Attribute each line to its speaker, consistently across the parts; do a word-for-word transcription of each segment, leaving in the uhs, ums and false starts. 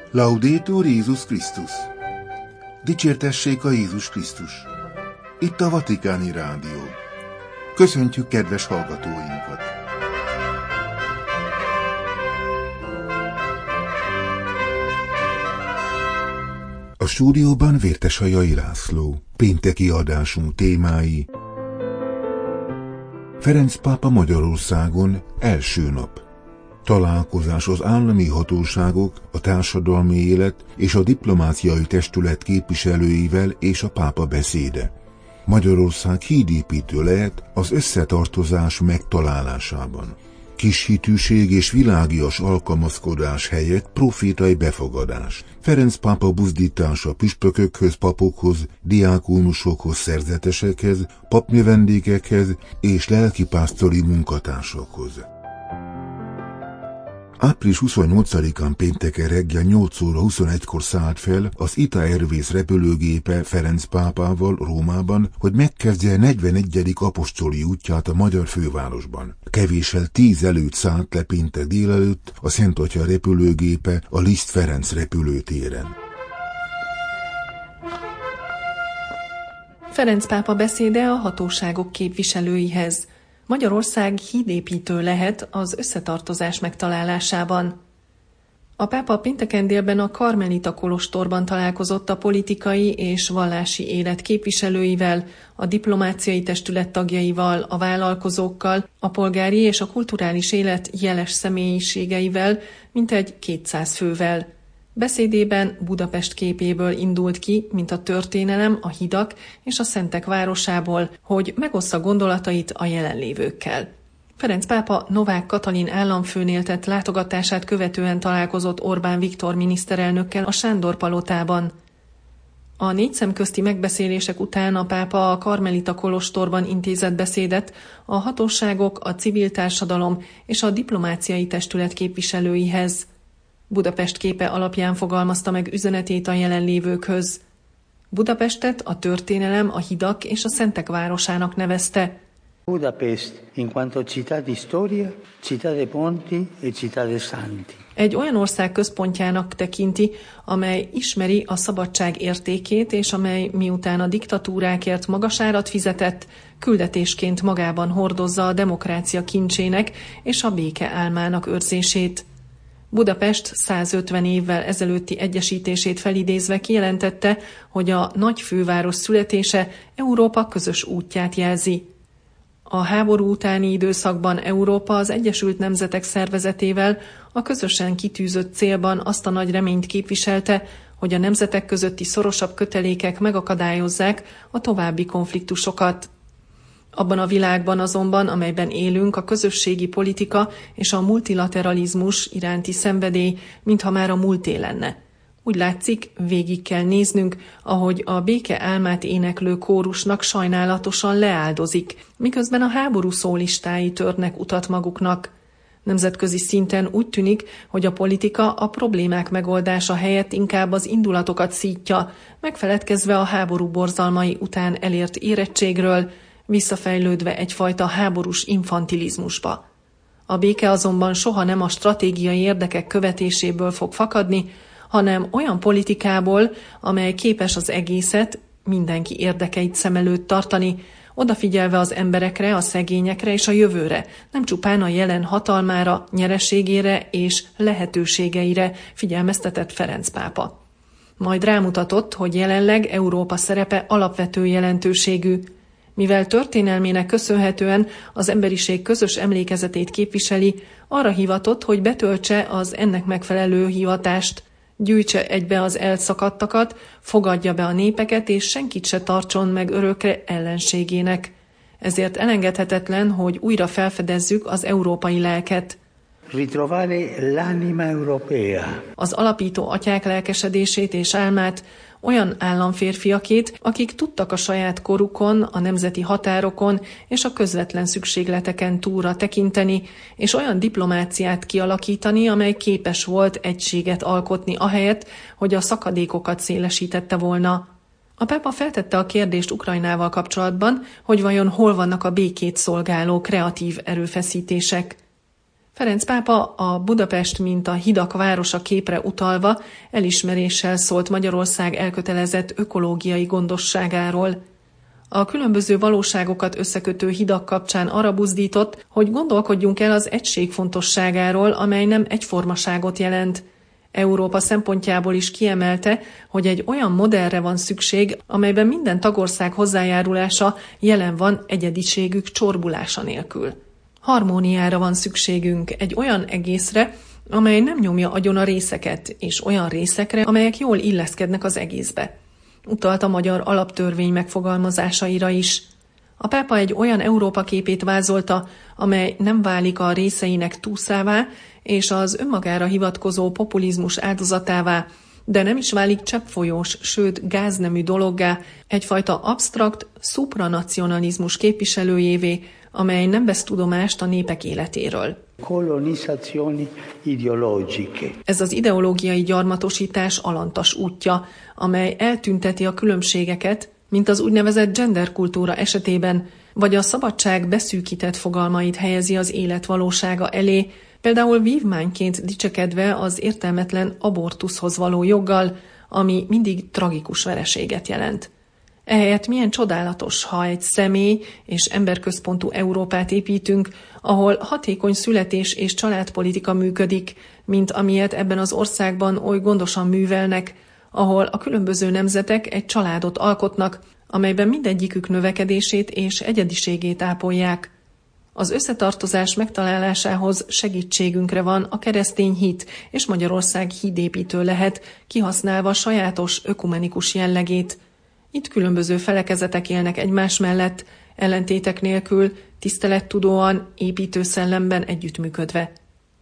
Speaker 1: Laudetur Jézus Krisztus! Dicsértessék a Jézus Krisztus! Itt a Vatikáni Rádió. Köszöntjük kedves hallgatóinkat! A stúdióban Vérteshajai László. Pénteki adásunk témái: Ferenc pápa Magyarországon első nap. Találkozás az állami hatóságok, a társadalmi élet és a diplomáciai testület képviselőivel és a pápa beszéde. Magyarország hídépítő lehet az összetartozás megtalálásában. Kishitűség és világias alkalmazkodás helyett profétai befogadás. Ferenc pápa buzdítása püspökökhöz, papokhoz, diákónusokhoz, szerzetesekhez, papnövendékekhez és lelkipásztori munkatársakhoz. április huszonnyolcadikán pénteken reggel nyolc óra huszonegykor szállt fel az ITA Airways repülőgépe Ferenc pápával Rómában, hogy megkezdje negyvenegyedik apostoli útját a magyar fővárosban. Kevéssel tíz előtt szállt le péntek délelőtt a Szent Atya repülőgépe a Liszt Ferenc repülőtéren.
Speaker 2: Ferenc pápa beszéde a hatóságok képviselőihez. Magyarország hídépítő lehet az összetartozás megtalálásában. A pápa pénteken délben a Karmelita kolostorban találkozott a politikai és vallási élet képviselőivel, a diplomáciai testület tagjaival, a vállalkozókkal, a polgári és a kulturális élet jeles személyiségeivel, mintegy kétszáz fővel. Beszédében Budapest képéből indult ki, mint a történelem, a hidak és a szentek városából, hogy megossza gondolatait a jelenlévőkkel. Ferenc pápa Novák Katalin államfőnél tett látogatását követően találkozott Orbán Viktor miniszterelnökkel a Sándor palotában. A négy szemközti megbeszélések után a pápa a Karmelita kolostorban intézett beszédet a hatóságok, a civil társadalom és a diplomáciai testület képviselőihez. Budapest képe alapján fogalmazta meg üzenetét a jelenlévőkhöz. Budapestet a történelem, a hidak és a szentek városának nevezte.
Speaker 3: Budapest in quanto città di storia, città dei ponti e città dei santi.
Speaker 2: Egy olyan ország központjának tekinti, amely ismeri a szabadság értékét, és amely miután a diktatúrákért magas árat fizetett, küldetésként magában hordozza a demokrácia kincsének és a béke álmának őrzését. Budapest százötven évvel ezelőtti egyesítését felidézve kijelentette, hogy a nagy főváros születése Európa közös útját jelzi. A háború utáni időszakban Európa az Egyesült Nemzetek Szervezetével a közösen kitűzött célban azt a nagy reményt képviselte, hogy a nemzetek közötti szorosabb kötelékek megakadályozzák a további konfliktusokat. Abban a világban azonban, amelyben élünk, a közösségi politika és a multilateralizmus iránti szenvedély mintha már a múlté lenne. Úgy látszik, végig kell néznünk, ahogy a béke álmát éneklő kórusnak sajnálatosan leáldozik, miközben a háború szólistái törnek utat maguknak. Nemzetközi szinten úgy tűnik, hogy a politika a problémák megoldása helyett inkább az indulatokat szítja, megfeledkezve a háború borzalmai után elért érettségről, visszafejlődve egyfajta háborús infantilizmusba. A béke azonban soha nem a stratégiai érdekek követéséből fog fakadni, hanem olyan politikából, amely képes az egészet, mindenki érdekeit szem előtt tartani, odafigyelve az emberekre, a szegényekre és a jövőre, nem csupán a jelen hatalmára, nyereségére és lehetőségeire, figyelmeztetett Ferenc pápa. Majd rámutatott, hogy jelenleg Európa szerepe alapvető jelentőségű, mivel történelmének köszönhetően az emberiség közös emlékezetét képviseli, arra hivatott, hogy betöltse az ennek megfelelő hivatást, gyűjtse egybe az elszakadtakat, fogadja be a népeket, és senkit se tartson meg örökre ellenségének. Ezért elengedhetetlen, hogy újra felfedezzük az európai lelket.
Speaker 3: Ritrovare l'anima europea.
Speaker 2: Az alapító atyák lelkesedését és álmát, olyan államférfiakét, akik tudtak a saját korukon, a nemzeti határokon és a közvetlen szükségleteken túlra tekinteni, és olyan diplomáciát kialakítani, amely képes volt egységet alkotni ahelyett, hogy a szakadékokat szélesítette volna. A pápa feltette a kérdést Ukrajnával kapcsolatban, hogy vajon hol vannak a békét szolgáló kreatív erőfeszítések. Ferenc pápa a Budapest, mint a hidak városa képre utalva elismeréssel szólt Magyarország elkötelezett ökológiai gondosságáról. A különböző valóságokat összekötő hidak kapcsán arra buzdított, hogy gondolkodjunk el az egység fontosságáról, amely nem egyformaságot jelent. Európa szempontjából is kiemelte, hogy egy olyan modellre van szükség, amelyben minden tagország hozzájárulása jelen van egyediségük csorbulása nélkül. Harmóniára van szükségünk, egy olyan egészre, amely nem nyomja agyon a részeket, és olyan részekre, amelyek jól illeszkednek az egészbe. Utalt a magyar alaptörvény megfogalmazásaira is. A pápa egy olyan Európa képét vázolta, amely nem válik a részeinek túszává és az önmagára hivatkozó populizmus áldozatává, de nem is válik cseppfolyós, sőt gáznemű dologgá, egyfajta absztrakt supranacionalizmus képviselőjévé, amely nem vesz tudomást a népek életéről. Ez az ideológiai gyarmatosítás alantas útja, amely eltünteti a különbségeket, mint az úgynevezett genderkultúra esetében, vagy a szabadság beszűkített fogalmait helyezi az élet valósága elé, például vívmányként dicsekedve az értelmetlen abortuszhoz való joggal, ami mindig tragikus vereséget jelent. Ehelyett milyen csodálatos, ha egy személy és emberközpontú Európát építünk, ahol hatékony születés és családpolitika működik, mint amilyet ebben az országban oly gondosan művelnek, ahol a különböző nemzetek egy családot alkotnak, amelyben mindegyikük növekedését és egyediségét ápolják. Az összetartozás megtalálásához segítségünkre van a keresztény hit, és Magyarország hídépítő lehet, kihasználva sajátos ökumenikus jellegét. Itt különböző felekezetek élnek egymás mellett, ellentétek nélkül, tisztelettudóan, építő szellemben együttműködve.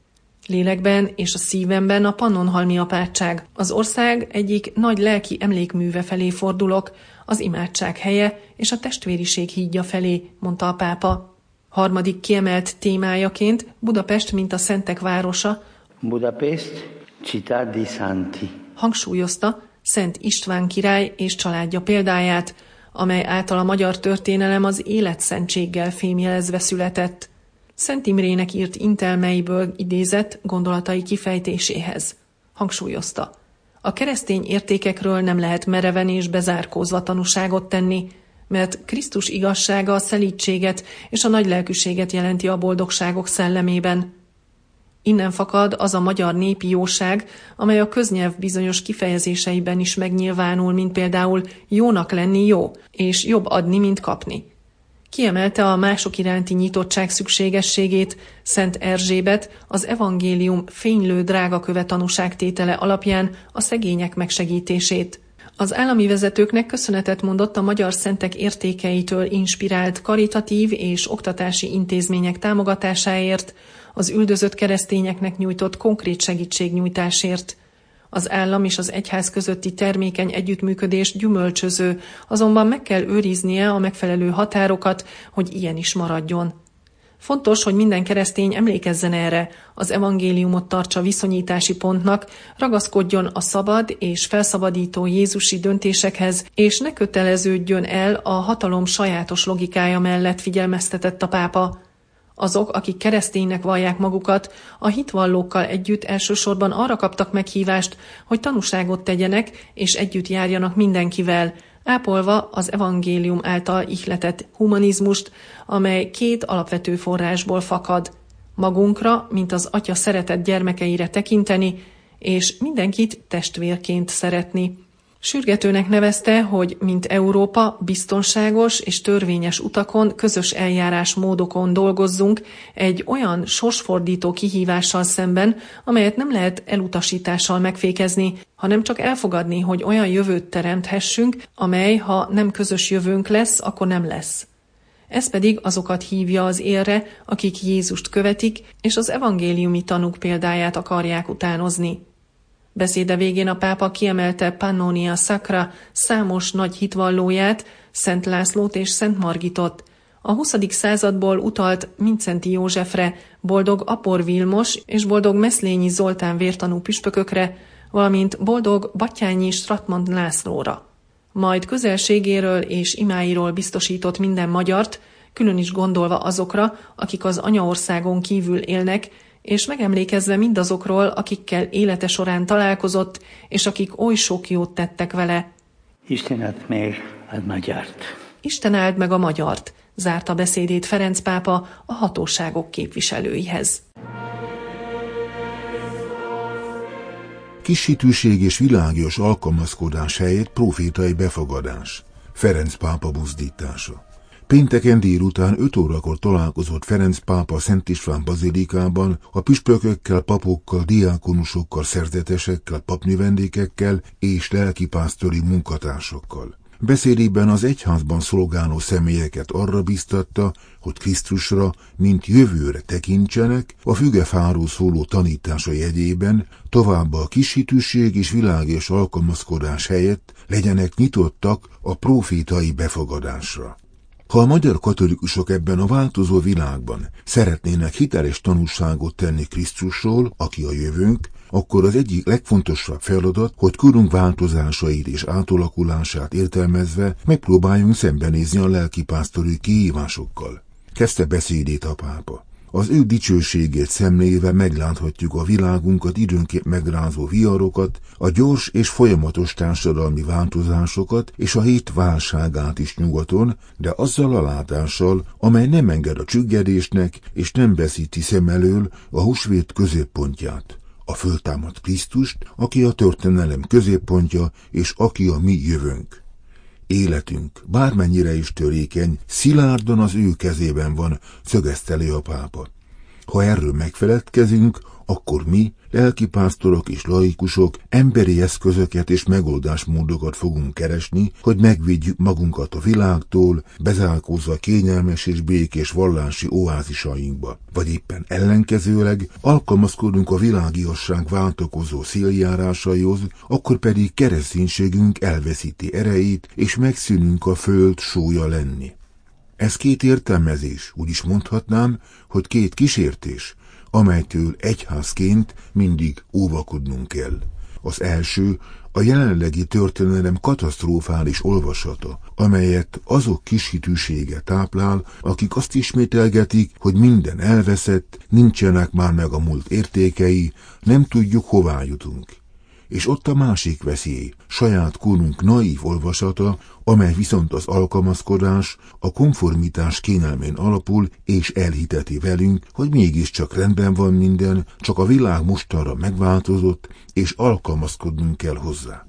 Speaker 2: Lélekben és a szívemben a Pannonhalmi apátság, az ország egyik nagy lelki emlékműve felé fordulok, az imádság helye és a testvériség hídja felé, mondta a pápa. Harmadik kiemelt témájaként Budapest, mint a szentek városa,
Speaker 3: Budapest, città di santi.
Speaker 2: Hangsúlyozta Szent István király és családja példáját, amely által a magyar történelem az életszentséggel fémjelezve született. Szent Imrének írt intelmeiből idézett gondolatai kifejtéséhez. Hangsúlyozta, a keresztény értékekről nem lehet mereven és bezárkózva tanúságot tenni, mert Krisztus igazsága a szelídséget és a nagy lelkűséget jelenti a boldogságok szellemében. Innen fakad az a magyar népi jóság, amely a köznyelv bizonyos kifejezéseiben is megnyilvánul, mint például jónak lenni jó, és jobb adni, mint kapni. Kiemelte a mások iránti nyitottság szükségességét Szent Erzsébet az evangélium fénylő drágaköve tanúságtétele alapján a szegények megsegítését. Az állami vezetőknek köszönetet mondott a magyar szentek értékeitől inspirált karitatív és oktatási intézmények támogatásáért, az üldözött keresztényeknek nyújtott konkrét segítségnyújtásért. Az állam és az egyház közötti termékeny együttműködés gyümölcsöző, azonban meg kell őriznie a megfelelő határokat, hogy ilyen is maradjon. Fontos, hogy minden keresztény emlékezzen erre, az evangéliumot tartsa viszonyítási pontnak, ragaszkodjon a szabad és felszabadító jézusi döntésekhez, és ne köteleződjön el a hatalom sajátos logikája mellett, figyelmeztetett a pápa. Azok, akik kereszténynek vallják magukat, a hitvallókkal együtt elsősorban arra kaptak meghívást, hogy tanúságot tegyenek és együtt járjanak mindenkivel, ápolva az evangélium által ihletett humanizmust, amely két alapvető forrásból fakad. Magunkra, mint az Atya szeretett gyermekeire tekinteni, és mindenkit testvérként szeretni. Sürgetőnek nevezte, hogy mint Európa biztonságos és törvényes utakon, közös eljárásmódokon dolgozzunk egy olyan sorsfordító kihívással szemben, amelyet nem lehet elutasítással megfékezni, hanem csak elfogadni, hogy olyan jövőt teremthessünk, amely, ha nem közös jövőnk lesz, akkor nem lesz. Ez pedig azokat hívja az élre, akik Jézust követik, és az evangéliumi tanúk példáját akarják utánozni. Beszéde végén a pápa kiemelte Pannonia Sacra számos nagy hitvallóját, Szent Lászlót és Szent Margitot. A huszadik századból utalt Mindszenty Józsefre, boldog Apor Vilmos és boldog Meszlényi Zoltán vértanú püspökökre, valamint boldog Batthyány Stratmand Lászlóra. Majd közelségéről és imáiról biztosított minden magyart, külön is gondolva azokra, akik az anyaországon kívül élnek, és megemlékezve mindazokról, akikkel élete során találkozott, és akik oly sok jót tettek vele.
Speaker 3: Isten áld meg a magyart.
Speaker 2: Isten áld meg a magyart, zárta beszédét Ferenc pápa a hatóságok képviselőihez.
Speaker 1: Kis hitűség és világos alkalmazkodás helyett profétai befogadás. Ferenc pápa buzdítása. Pénteken délután öt órakor találkozott Ferenc pápa Szent István bazilikában a püspökökkel, papokkal, diákonusokkal, szerzetesekkel, papnövendékekkel és lelkipásztori munkatársakkal. Beszédében az egyházban szolgáló személyeket arra biztatta, hogy Krisztusra, mint jövőre tekintsenek, a fügefáról szóló tanítása jegyében, továbbá a kishitűség és világos alkalmazkodás helyett legyenek nyitottak a profétai befogadásra. Ha a magyar katolikusok ebben a változó világban szeretnének hiteles tanúságot tenni Krisztusról, aki a jövőnk, akkor az egyik legfontosabb feladat, hogy korunk változásait és átalakulását értelmezve megpróbáljunk szembenézni a lelkipásztori kihívásokkal. Kezdte beszédét a pápa. Az ő dicsőségét szemléve megláthatjuk a világunkat időnként megrázó viharokat, a gyors és folyamatos társadalmi változásokat és a hét válságát is nyugaton, de azzal a látással, amely nem enged a csüggedésnek és nem veszíti szem elől a húsvét középpontját. A föltámadt Krisztust, aki a történelem középpontja és aki a mi jövőnk. Életünk, bármennyire is törékeny, szilárdan az ő kezében van, szögezte le a pápa. Ha erről megfeledkezünk, akkor mi, lelkipásztorok és laikusok emberi eszközöket és megoldásmódokat fogunk keresni, hogy megvédjük magunkat a világtól, bezárkózva kényelmes és békés vallási oázisainkba. Vagy éppen ellenkezőleg alkalmazkodunk a világiasság váltakozó széljárásaihoz, akkor pedig kereszténységünk elveszíti erejét, és megszűnünk a föld sója lenni. Ez két értelmezés, úgy is mondhatnám, hogy két kísértés, amelytől egyházként mindig óvakodnunk kell. Az első a jelenlegi történelem katasztrofális olvasata, amelyet azok kishitűsége táplál, akik azt ismételgetik, hogy minden elveszett, nincsenek már meg a múlt értékei, nem tudjuk, hová jutunk. És ott a másik veszély, saját korunk naív olvasata, amely viszont az alkalmazkodás, a konformitás kényelmén alapul, és elhiteti velünk, hogy mégiscsak rendben van minden, csak a világ mostanra megváltozott, és alkalmazkodnunk kell hozzá.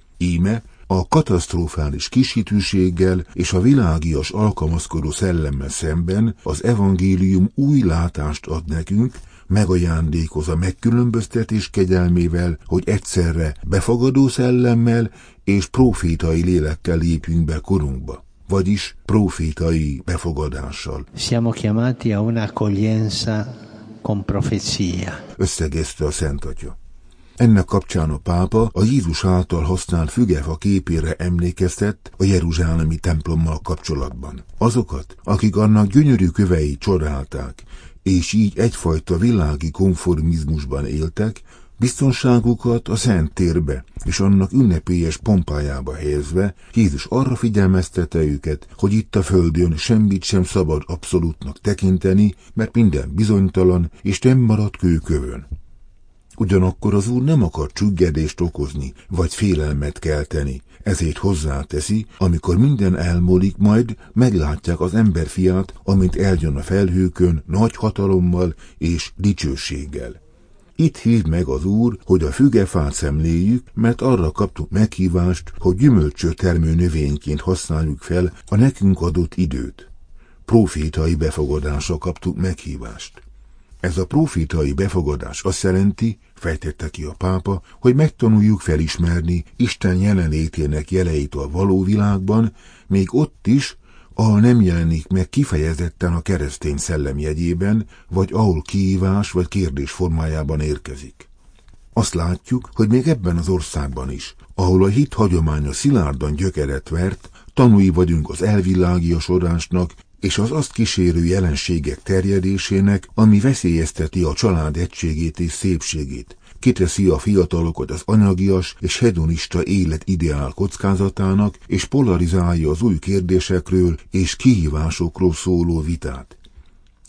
Speaker 1: Íme a katasztrofális kishitűséggel és a világias alkalmazkodó szellemmel szemben az evangélium új látást ad nekünk, megajándékoz a megkülönböztetés kegyelmével, hogy egyszerre befogadó szellemmel és profétai lélekkel lépjünk be korunkba, vagyis profétai befogadással.
Speaker 3: Siamo chiamati a un'accoglienza con profezia.
Speaker 1: Összegezte a Szent Atya. Ennek kapcsán a pápa a Jézus által használt fügefa képére emlékeztett a jeruzsálemi templommal kapcsolatban. Azokat, akik annak gyönyörű köveit csodálták, és így egyfajta világi konformizmusban éltek, biztonságukat a szent térbe és annak ünnepélyes pompájába helyezve, Jézus arra figyelmeztette őket, hogy itt a földön semmit sem szabad abszolútnak tekinteni, mert minden bizonytalan és nem marad kőkövön. Ugyanakkor az Úr nem akar csüggedést okozni, vagy félelmet kelteni, ezért hozzáteszi, amikor minden elmúlik, majd meglátják az emberfiát, amint eljön a felhőkön, nagy hatalommal és dicsőséggel. Itt hív meg az Úr, hogy a fügefát szemléljük, mert arra kaptuk meghívást, hogy gyümölcsöt termő növényként használjuk fel a nekünk adott időt. Profétai befogadásra kaptuk meghívást. Ez a profétai befogadás azt jelenti, fejtette ki a pápa, hogy megtanuljuk felismerni Isten jelenlétének jeleit a való világban, még ott is, ahol nem jelenik meg kifejezetten a keresztény szellem jegyében, vagy ahol kihívás vagy kérdés formájában érkezik. Azt látjuk, hogy még ebben az országban is, ahol a hit hagyománya szilárdan gyökeret vert, tanúi vagyunk az elvilágiasodásnak, és az azt kísérő jelenségek terjedésének, ami veszélyezteti a család egységét és szépségét, kiteszi a fiatalokat az anyagias és hedonista élet ideál kockázatának, és polarizálja az új kérdésekről és kihívásokról szóló vitát.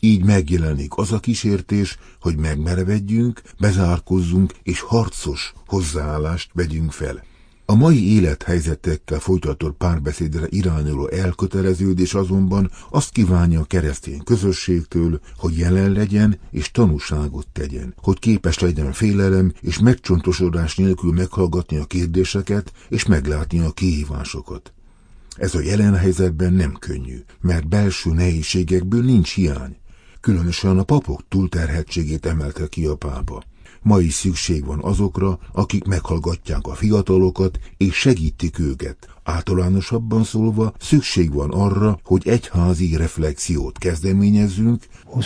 Speaker 1: Így megjelenik az a kísértés, hogy megmerevedjünk, bezárkozzunk és harcos hozzáállást vegyünk fel. A mai élethelyzetekkel folytatott párbeszédre irányuló elköteleződés azonban azt kívánja a keresztény közösségtől, hogy jelen legyen és tanúságot tegyen, hogy képes legyen félelem és megcsontosodás nélkül meghallgatni a kérdéseket és meglátni a kihívásokat. Ez a jelen helyzetben nem könnyű, mert belső nehézségekből nincs hiány. Különösen a papok túlterheltségét emelte ki a pápa. Ma is szükség van azokra, akik meghallgatják a fiatalokat és segítik őket. Általánosabban szólva szükség van arra, hogy egyházi reflexiót kezdeményezzünk,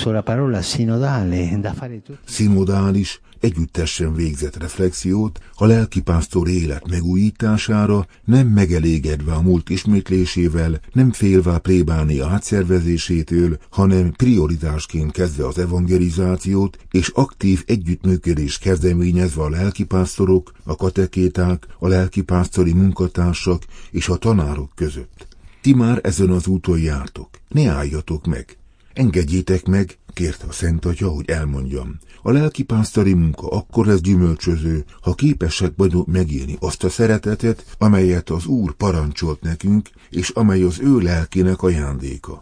Speaker 1: szinodális, együttesen végzett reflexiót a lelkipásztor élet megújítására, nem megelégedve a múlt ismétlésével, nem félve a plébánia átszervezésétől, hanem prioritásként kezdve az evangelizációt, és aktív együttműködés kezdeményezve a lelkipásztorok, a katekéták, a lelkipásztori munkatársak és a tanárok között. Ti már ezen az úton jártok, ne álljatok meg! Engedjétek meg, kérte a Szent Atya, hogy elmondjam. A lelkipásztori munka akkor lesz gyümölcsöző, ha képesek vagyunk megélni azt a szeretetet, amelyet az Úr parancsolt nekünk, és amely az ő lelkének ajándéka.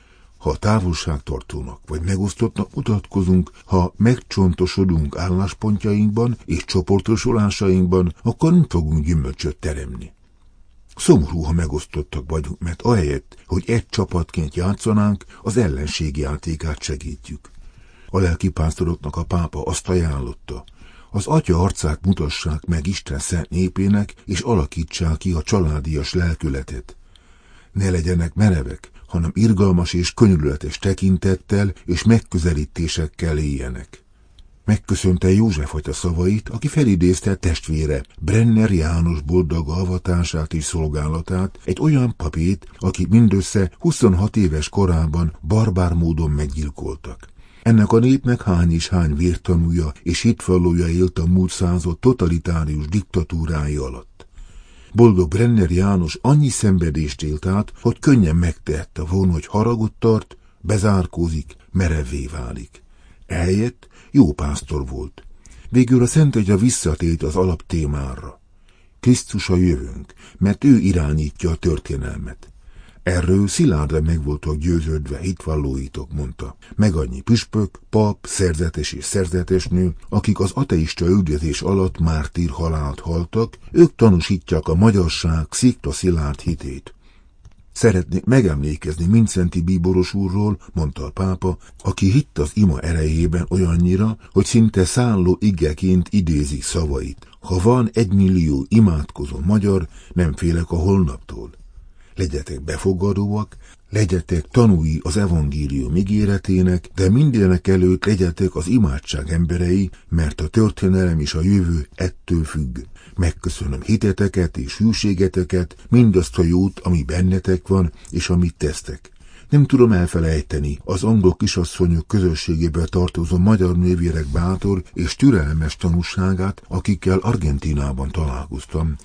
Speaker 1: Ha távolságtartónak vagy megosztottnak mutatkozunk, ha megcsontosodunk álláspontjainkban és csoportosulásainkban, akkor nem fogunk gyümölcsöt teremni. Szomorú, ha megosztottak vagyunk, mert ahelyett, hogy egy csapatként játszanánk, az ellenség játékát segítjük. A lelkipásztoroknak a pápa azt ajánlotta, az Atya arcát mutassák meg Isten szent népének, és alakítsák ki a családias lelkületet. Ne legyenek merevek, hanem irgalmas és könyörületes tekintettel és megközelítésekkel éljenek. Megköszönte József atya szavait, aki felidézte testvére Brenner János boldog avatását és szolgálatát, egy olyan papét, aki mindössze huszonhat éves korában barbár módon meggyilkoltak. Ennek a népnek hány és hány vértanúja és hitvallója élt a múlt század totalitárius diktatúrái alatt. Boldog Brenner János annyi szenvedést élt át, hogy könnyen megtehette volna, hogy haragot tart, bezárkózik, merevvé válik. Ehelyett jó pásztor volt. Végül a Szent Atya visszatért az alaptémára. Krisztus a jövőnk, mert ő irányítja a történelmet. Erről szilárdan meg voltak győződve hitvallóitok, mondta. Meg annyi püspök, pap, szerzetes és szerzetesnő, akik az ateista üldözés alatt mártír halált haltak, ők tanúsítják a magyarság szikta szilárd hitét. Szeretnék megemlékezni Mincenti bíboros úrról, mondta a pápa, aki hitt az ima erejében olyannyira, hogy szinte szálló igeként idézik szavait. Ha van egymillió imádkozó magyar, nem félek a holnaptól. Legyetek befogadóak, legyetek tanúi az evangélium ígéretének, de mindenek előtt legyetek az imádság emberei, mert a történelem és a jövő ettől függ. Megköszönöm hiteteket és hűségeteket, mindazt a jót, ami bennetek van, és amit tesztek. Nem tudom elfelejteni az angol kisasszonyok közösségébe tartozó magyar nővérek bátor és türelmes tanúságát, akikkel Argentínában találkoztam.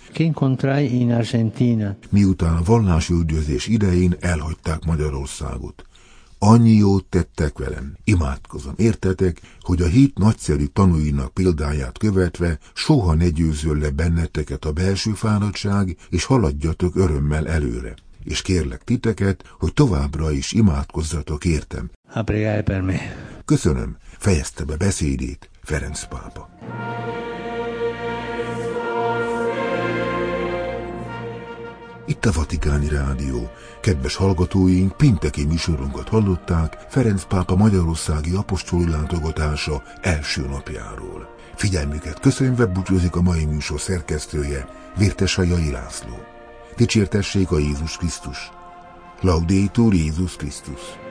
Speaker 3: in Argentina.
Speaker 1: Miután a vallásüldözés idején elhagyták Magyarországot. Annyi jót tettek velem, imádkozom, értetek, hogy a hit nagyszerű tanúinak példáját követve soha ne győzöl le benneteket a belső fáradtság, és haladjatok örömmel előre. És kérlek titeket, hogy továbbra is imádkozzatok értem. Köszönöm, fejezte be beszédét Ferenc pápa. Itt a Vatikáni Rádió. Kedves hallgatóink, pénteki műsorunkat hallották Ferenc pápa magyarországi apostoli látogatása első napjáról. Figyelmüket köszönve búcsúzik a mai műsor szerkesztője, Vértesajai László. Dicsértessék a Jézus Krisztus! Laudetur Jézus Krisztus!